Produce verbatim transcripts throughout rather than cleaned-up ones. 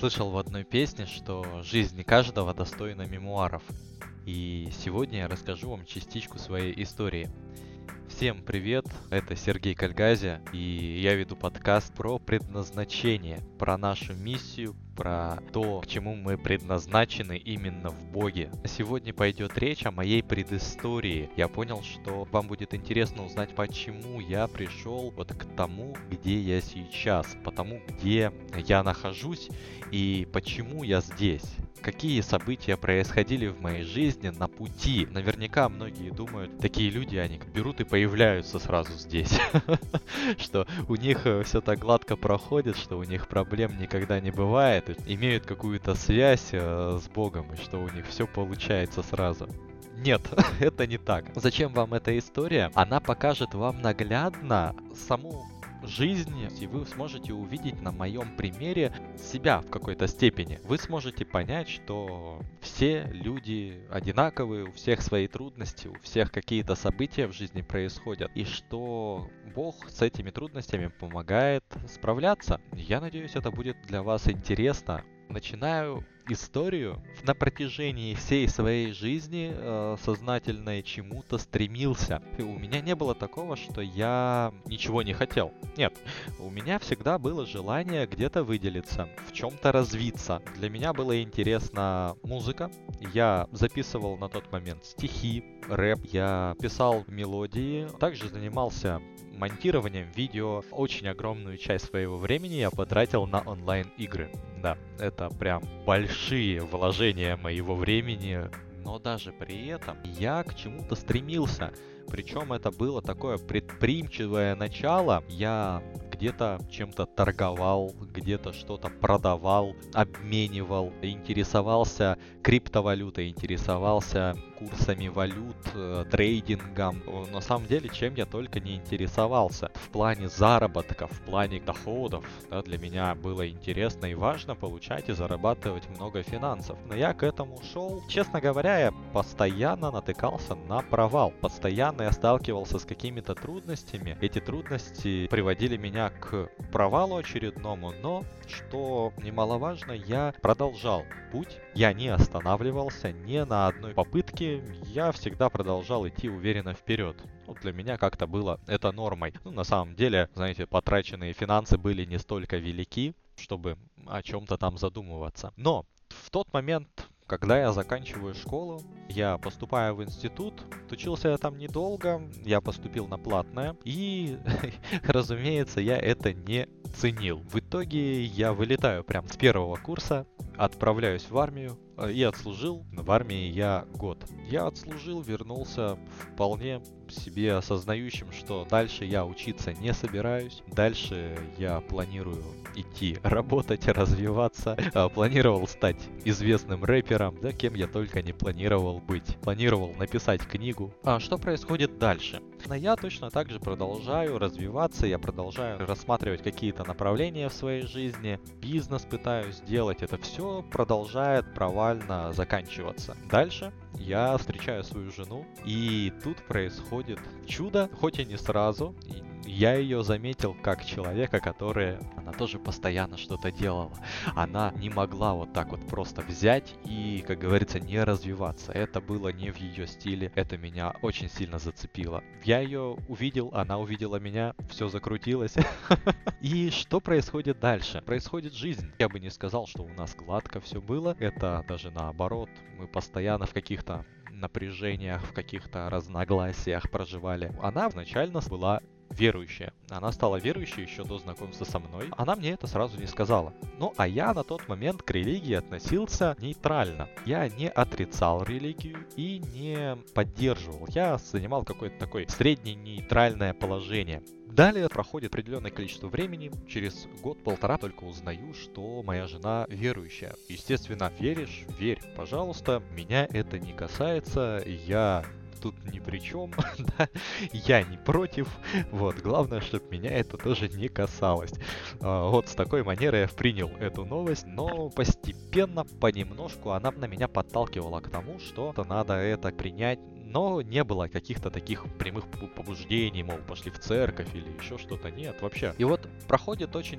слышал в одной песне, что жизнь не каждого достойна мемуаров. И сегодня я расскажу вам частичку своей истории. Всем привет, это Сергей Кальгази, и я веду подкаст про предназначение, про нашу миссию, про то, к чему мы предназначены именно в Боге. Сегодня пойдет речь о моей предыстории. Я понял, что вам будет интересно узнать, почему я пришел вот к тому, где я сейчас, по тому, где я нахожусь и почему я здесь. Какие события происходили в моей жизни на пути. Наверняка многие думают, такие люди, они берут и появляются сразу здесь. Что у них все так гладко проходит, что у них проблем никогда не бывает. Имеют какую-то связь с Богом, и что у них все получается сразу. Нет, это не так. Зачем вам эта история? Она покажет вам наглядно саму жизни, и вы сможете увидеть на моем примере себя в какой-то степени. Вы сможете понять, что все люди одинаковые, у всех свои трудности, у всех какие-то события в жизни происходят, и что Бог с этими трудностями помогает справляться. Я надеюсь, это будет для вас интересно. Начинаю историю. На протяжении всей своей жизни э, сознательно чему-то стремился. И у меня не было такого, что я ничего не хотел. Нет, у меня всегда было желание где-то выделиться, в чем-то развиться. Для меня была интересна музыка. Я записывал на тот момент стихи, рэп, я писал мелодии, также занимался монтированием видео. Очень огромную часть своего времени я потратил на онлайн-игры. Да, это прям большие вложения моего времени, но даже при этом я к чему-то стремился. Причем это было такое предприимчивое начало. Я где-то чем-то торговал, где-то что-то продавал, обменивал, интересовался криптовалютой, интересовался курсами валют, э, трейдингом. На самом деле, чем я только не интересовался. В плане заработка, в плане доходов, да, для меня было интересно и важно получать и зарабатывать много финансов. Но я к этому шел. Честно говоря, я постоянно натыкался на провал. Постоянно я сталкивался с какими-то трудностями. Эти трудности приводили меня к провалу очередному, но, что немаловажно, я продолжал путь. Я не останавливался ни на одной попытке. Я всегда продолжал идти уверенно вперед. Ну, для меня как-то было это нормой. Ну, на самом деле, знаете, потраченные финансы были не столько велики, чтобы о чем-то там задумываться. Но в тот момент, когда я заканчиваю школу, я поступаю в институт, учился я там недолго, я поступил на платное, и, разумеется, я это не ценил. В итоге я вылетаю прям с первого курса, отправляюсь в армию и отслужил в армии я год. Я отслужил, вернулся вполне себе осознающим, что дальше я учиться не собираюсь. Дальше я планирую идти работать, развиваться. Планировал стать известным рэпером, да кем я только не планировал быть. Планировал написать книгу. А что происходит дальше? Но я точно так же продолжаю развиваться, я продолжаю рассматривать какие-то направления в своей жизни, бизнес пытаюсь делать, это все продолжает провально заканчиваться. Дальше я встречаю свою жену, и тут происходит чудо, хоть и не сразу. Я ее заметил как человека, который... Она тоже постоянно что-то делала. Она не могла вот так вот просто взять и, как говорится, не развиваться. Это было не в ее стиле. Это меня очень сильно зацепило. Я ее увидел, она увидела меня, все закрутилось. И что происходит дальше? Происходит жизнь. Я бы не сказал, что у нас гладко все было. Это даже наоборот. Мы постоянно в каких-то напряжениях, в каких-то разногласиях проживали. Она изначально была верующая. Она стала верующей еще до знакомства со мной. Она мне это сразу не сказала. Ну, а я на тот момент к религии относился нейтрально. Я не отрицал религию и не поддерживал. Я занимал какое-то такое среднее нейтральное положение. Далее проходит определенное количество времени. Через год-полтора только узнаю, что моя жена верующая. Естественно, веришь, верь, пожалуйста. Меня это не касается. Я тут ни при чем, да, я не против, вот, главное, чтобы меня это тоже не касалось. А, вот с такой манерой я принял эту новость, но постепенно, понемножку она на меня подталкивала к тому, что надо это принять, но не было каких-то таких прямых побуждений, мол, пошли в церковь или еще что-то, нет, вообще. И вот проходит очень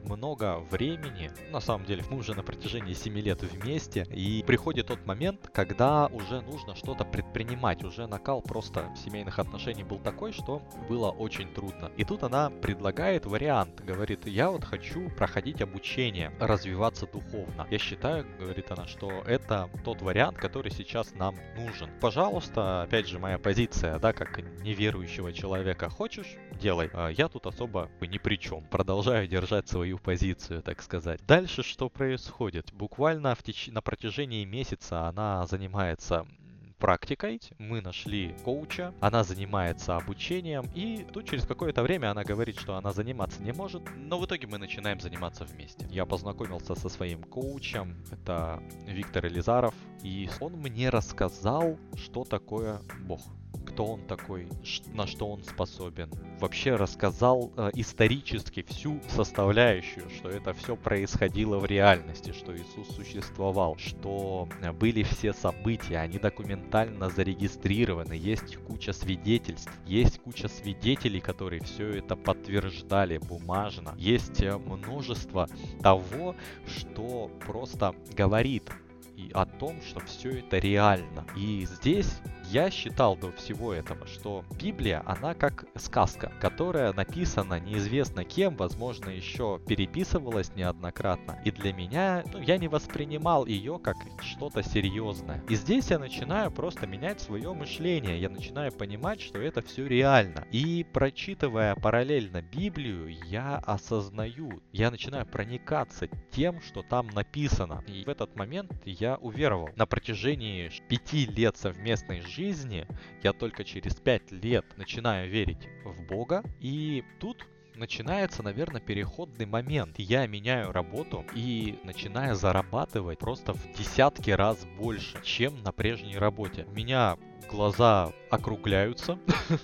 много времени. На самом деле, мы уже на протяжении семи лет вместе, и приходит тот момент, когда уже нужно что-то предпринимать. Уже накал просто семейных отношений был такой, что было очень трудно. И тут она предлагает вариант. Говорит, я вот хочу проходить обучение, развиваться духовно. Я считаю, говорит она, что это тот вариант, который сейчас нам нужен. Пожалуйста, опять же, моя позиция, да, как неверующего человека. Хочешь, делай. А я тут особо ни при чем. Продолжаю держать свою позицию, так сказать. Дальше что происходит? Буквально в теч... на протяжении месяца она занимается практикой, мы нашли коуча, она занимается обучением, и тут через какое-то время она говорит, что она заниматься не может, но в итоге мы начинаем заниматься вместе. Я познакомился со своим коучем, это Виктор Елизаров, и он мне рассказал, что такое Бог. Кто он такой, на что он способен. Вообще рассказал э, исторически всю составляющую, что это все происходило в реальности, что Иисус существовал, что были все события, они документально зарегистрированы, есть куча свидетельств, есть куча свидетелей, которые все это подтверждали бумажно, есть множество того, что просто говорит и о том, что все это реально. И здесь я считал до всего этого, что Библия, она как сказка, которая написана неизвестно кем, возможно, еще переписывалась неоднократно. И для меня, ну, я не воспринимал ее как что-то серьезное. И здесь я начинаю просто менять свое мышление. Я начинаю понимать, что это все реально. И прочитывая параллельно Библию, я осознаю, я начинаю проникаться тем, что там написано. И в этот момент я уверовал. На протяжении пяти лет совместной жизни жизни я только через пять лет начинаю верить в Бога, и тут начинается, наверное, переходный момент. Я меняю работу и начинаю зарабатывать просто в десятки раз больше, чем на прежней работе. У меня глаза округляются,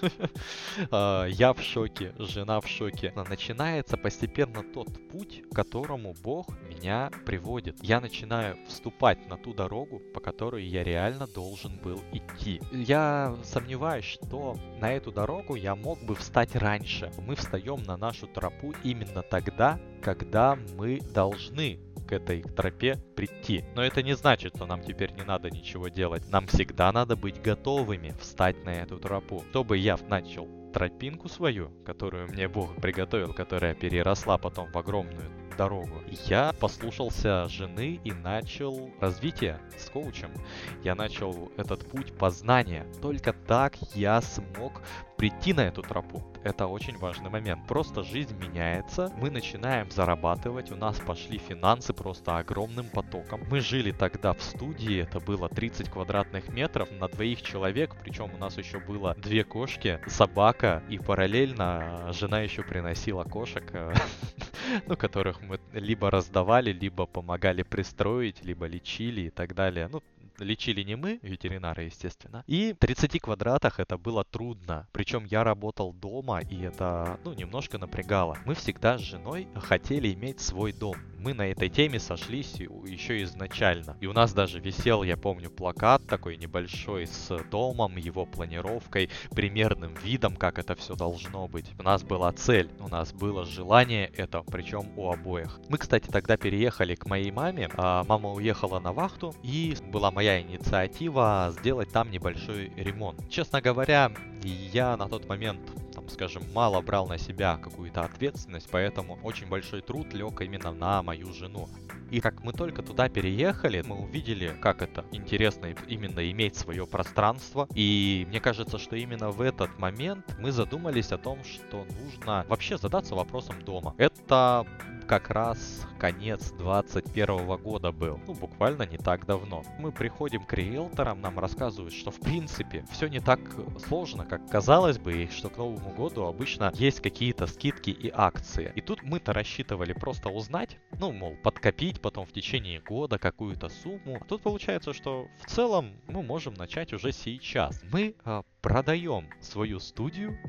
я в шоке, жена в шоке. Начинается постепенно тот путь, к которому Бог меня приводит. Я начинаю вступать на ту дорогу, по которой я реально должен был идти. Я сомневаюсь, что на эту дорогу я мог бы встать раньше. Мы встаем на нашу тропу именно тогда, когда мы должны к этой тропе прийти. Но это не значит, что нам теперь не надо ничего делать. Нам всегда надо быть готовыми встать на эту тропу. Чтобы я начал тропинку свою, которую мне Бог приготовил, которая переросла потом в огромную дорогу, я послушался жены и начал развитие с коучем. Я начал этот путь познания. Только так я смог прийти на эту тропу. Это очень важный момент. Просто жизнь меняется, мы начинаем зарабатывать, у нас пошли финансы просто огромным потоком. Мы жили тогда в студии, это было тридцать квадратных метров на двоих человек, причем у нас еще было две кошки, собака, и параллельно жена еще приносила кошек, ну, которых мы либо раздавали, либо помогали пристроить, либо лечили и так далее. Ну, лечили не мы, ветеринары, естественно. И в тридцати квадратах это было трудно. Причем я работал дома, и это, ну, немножко напрягало. Мы всегда с женой хотели иметь свой дом. Мы на этой теме сошлись еще изначально. И у нас даже висел, я помню, плакат такой небольшой с домом, его планировкой, примерным видом, как это все должно быть. У нас была цель, у нас было желание это, причем у обоих. Мы, кстати, тогда переехали к моей маме. А мама уехала на вахту, и была моя инициатива сделать там небольшой ремонт. Честно говоря, я на тот момент, там, скажем, мало брал на себя какую-то ответственность, поэтому очень большой труд лег именно на мою жену. И как мы только туда переехали, мы увидели, как это интересно именно иметь свое пространство. И мне кажется, что именно в этот момент мы задумались о том, что нужно вообще задаться вопросом дома. Это как раз конец двадцать первого года был, ну, буквально не так давно. Мы приходим к риэлторам, нам рассказывают, что в принципе все не так сложно, как казалось бы, и что к Новому году обычно есть какие-то скидки и акции. И тут мы-то рассчитывали просто узнать, ну, мол, подкопить потом в течение года какую-то сумму. А тут получается, что в целом мы можем начать уже сейчас. Мы а, продаем свою студию,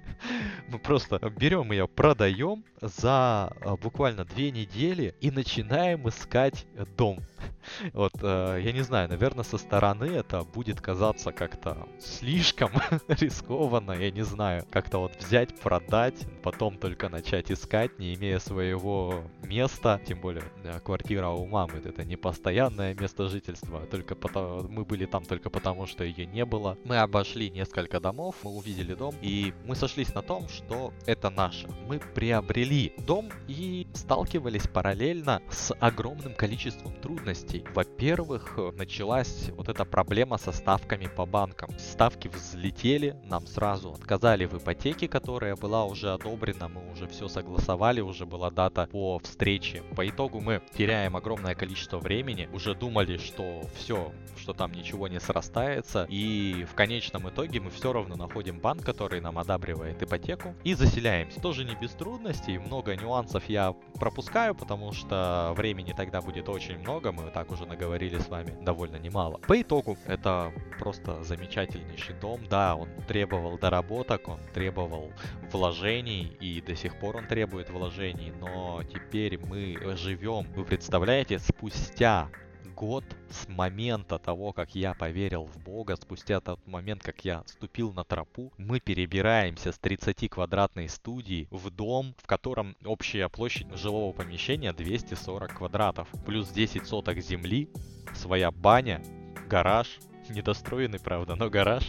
мы просто берем ее, продаем за а, буквально две недели и начинаем искать дом. Вот, э, я не знаю, наверное, со стороны это будет казаться как-то слишком рискованно, я не знаю. Как-то вот взять, продать, потом только начать искать, не имея своего места. Тем более, э, квартира у мамы — это не постоянное место жительства, только потому, мы были там только потому, что ее не было. Мы обошли несколько домов, мы увидели дом, и мы сошлись на том, что это наше. Мы приобрели дом и сталкивались параллельно с огромным количеством трудностей. Во-первых, началась вот эта проблема со ставками по банкам. Ставки взлетели, нам сразу отказали в ипотеке, которая была уже одобрена, мы уже все согласовали, уже была дата по встрече. По итогу мы теряем огромное количество времени, уже думали, что все, что там ничего не срастается, и в конечном итоге мы все равно находим банк, который нам одабривает ипотеку, и заселяемся. Тоже не без трудностей, много нюансов я пропускаю, потому что времени тогда будет очень много, мы так уже наговорили с вами довольно немало. По итогу, это просто замечательнейший дом, да, он требовал доработок, он требовал вложений, и до сих пор он требует вложений, но теперь мы живем, вы представляете, спустя год с момента того, как я поверил в Бога, спустя тот момент, как я ступил на тропу, мы перебираемся с тридцатиквадратной студии в дом, в котором общая площадь жилого помещения двести сорок квадратов, плюс десять соток земли, своя баня, гараж. Недостроенный, правда, но гараж.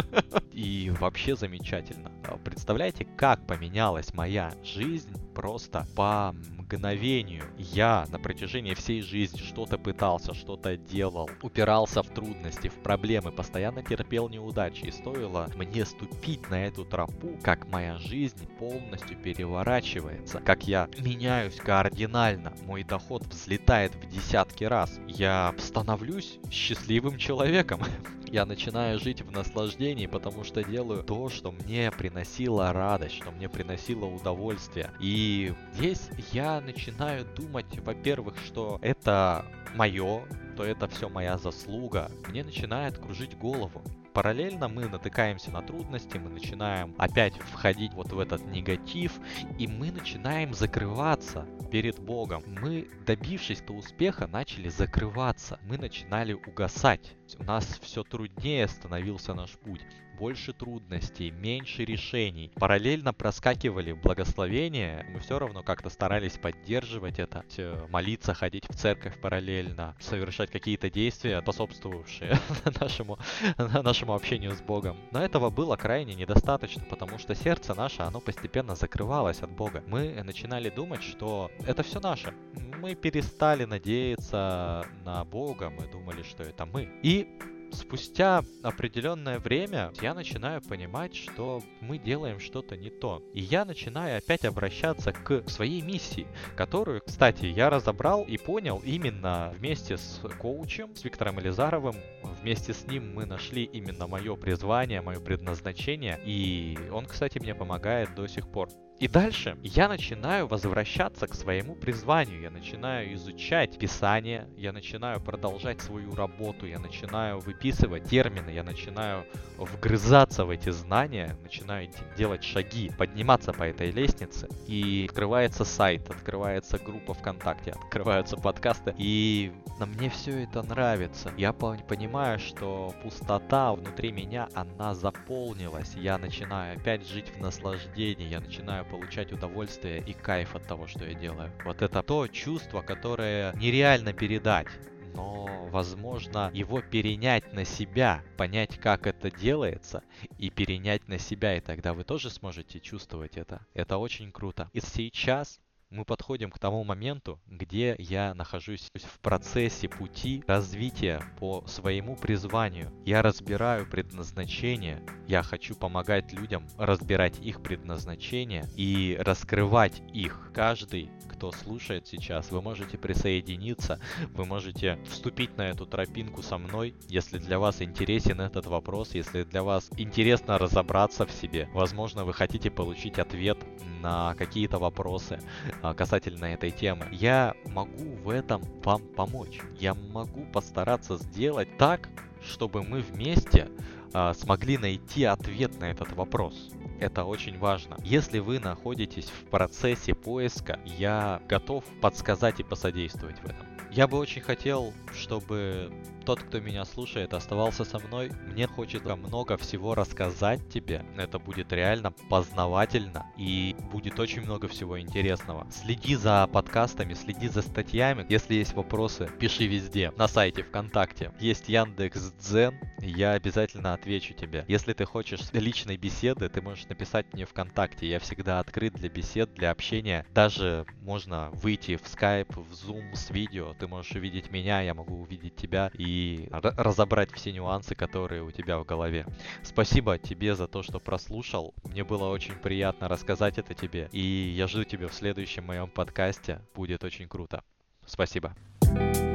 И вообще замечательно. Представляете, как поменялась моя жизнь просто по мгновению. Я на протяжении всей жизни что-то пытался, что-то делал, упирался в трудности, в проблемы, постоянно терпел неудачи. И стоило мне ступить на эту тропу, как моя жизнь полностью переворачивается, как я меняюсь кардинально, мой доход взлетает в десятки раз. Я становлюсь счастливым человеком. Я начинаю жить в наслаждении, потому что делаю то, что мне приносило радость, что мне приносило удовольствие. И здесь я начинаю думать, во-первых, что это мое, то это все моя заслуга. Мне начинает кружить голову. Параллельно мы натыкаемся на трудности, мы начинаем опять входить вот в этот негатив, и мы начинаем закрываться перед Богом. Мы, добившись-то успеха, начали закрываться, мы начинали угасать. У нас все труднее становился наш путь. Больше трудностей, меньше решений. Параллельно проскакивали благословения, мы все равно как-то старались поддерживать это, молиться, ходить в церковь параллельно, совершать какие-то действия, способствовавшие нашему, нашему общению с Богом. Но этого было крайне недостаточно, потому что сердце наше, оно постепенно закрывалось от Бога. Мы начинали думать, что это все наше. Мы перестали надеяться на Бога, мы думали, что это мы. И спустя определенное время я начинаю понимать, что мы делаем что-то не то. И я начинаю опять обращаться к своей миссии, которую, кстати, я разобрал и понял именно вместе с коучем, с Виктором Елизаровым. Вместе с ним мы нашли именно мое призвание, мое предназначение. И он, кстати, мне помогает до сих пор. И дальше я начинаю возвращаться к своему призванию, я начинаю изучать Писание, я начинаю продолжать свою работу, я начинаю выписывать термины, я начинаю вгрызаться в эти знания, начинаю делать шаги, подниматься по этой лестнице. И открывается сайт, открывается группа ВКонтакте, открываются подкасты, и на мне все это нравится. Я понимаю, что пустота внутри меня, она заполнилась, я начинаю опять жить в наслаждении, я начинаю получать удовольствие и кайф от того, что я делаю. Вот это то чувство, которое нереально передать, но возможно его перенять на себя, понять, как это делается, и перенять на себя, и тогда вы тоже сможете чувствовать это. Это очень круто. И сейчас мы подходим к тому моменту, где я нахожусь в процессе пути развития по своему призванию. Я разбираю предназначение, я хочу помогать людям разбирать их предназначение и раскрывать их. Каждый, кто слушает сейчас, вы можете присоединиться, вы можете вступить на эту тропинку со мной, если для вас интересен этот вопрос, если для вас интересно разобраться в себе. Возможно, вы хотите получить ответ на какие-то вопросы касательно этой темы. Я могу в этом вам помочь. Я могу постараться сделать так, чтобы мы вместе а, смогли найти ответ на этот вопрос. Это очень важно. Если вы находитесь в процессе поиска, я готов подсказать и посодействовать в этом. Я бы очень хотел, чтобы тот, кто меня слушает, оставался со мной. Мне хочется много всего рассказать тебе. Это будет реально познавательно и будет очень много всего интересного. Следи за подкастами, следи за статьями. Если есть вопросы, пиши везде. На сайте, ВКонтакте. Есть Яндекс.Дзен, я обязательно отвечу тебе. Если ты хочешь личной беседы, ты можешь написать мне ВКонтакте. Я всегда открыт для бесед, для общения. Даже можно выйти в Skype, в Zoom с видео. Ты можешь увидеть меня, я могу увидеть тебя и р- разобрать все нюансы, которые у тебя в голове. Спасибо тебе за то, что прослушал. Мне было очень приятно рассказать это тебе. И я жду тебя в следующем моем подкасте. Будет очень круто. Спасибо.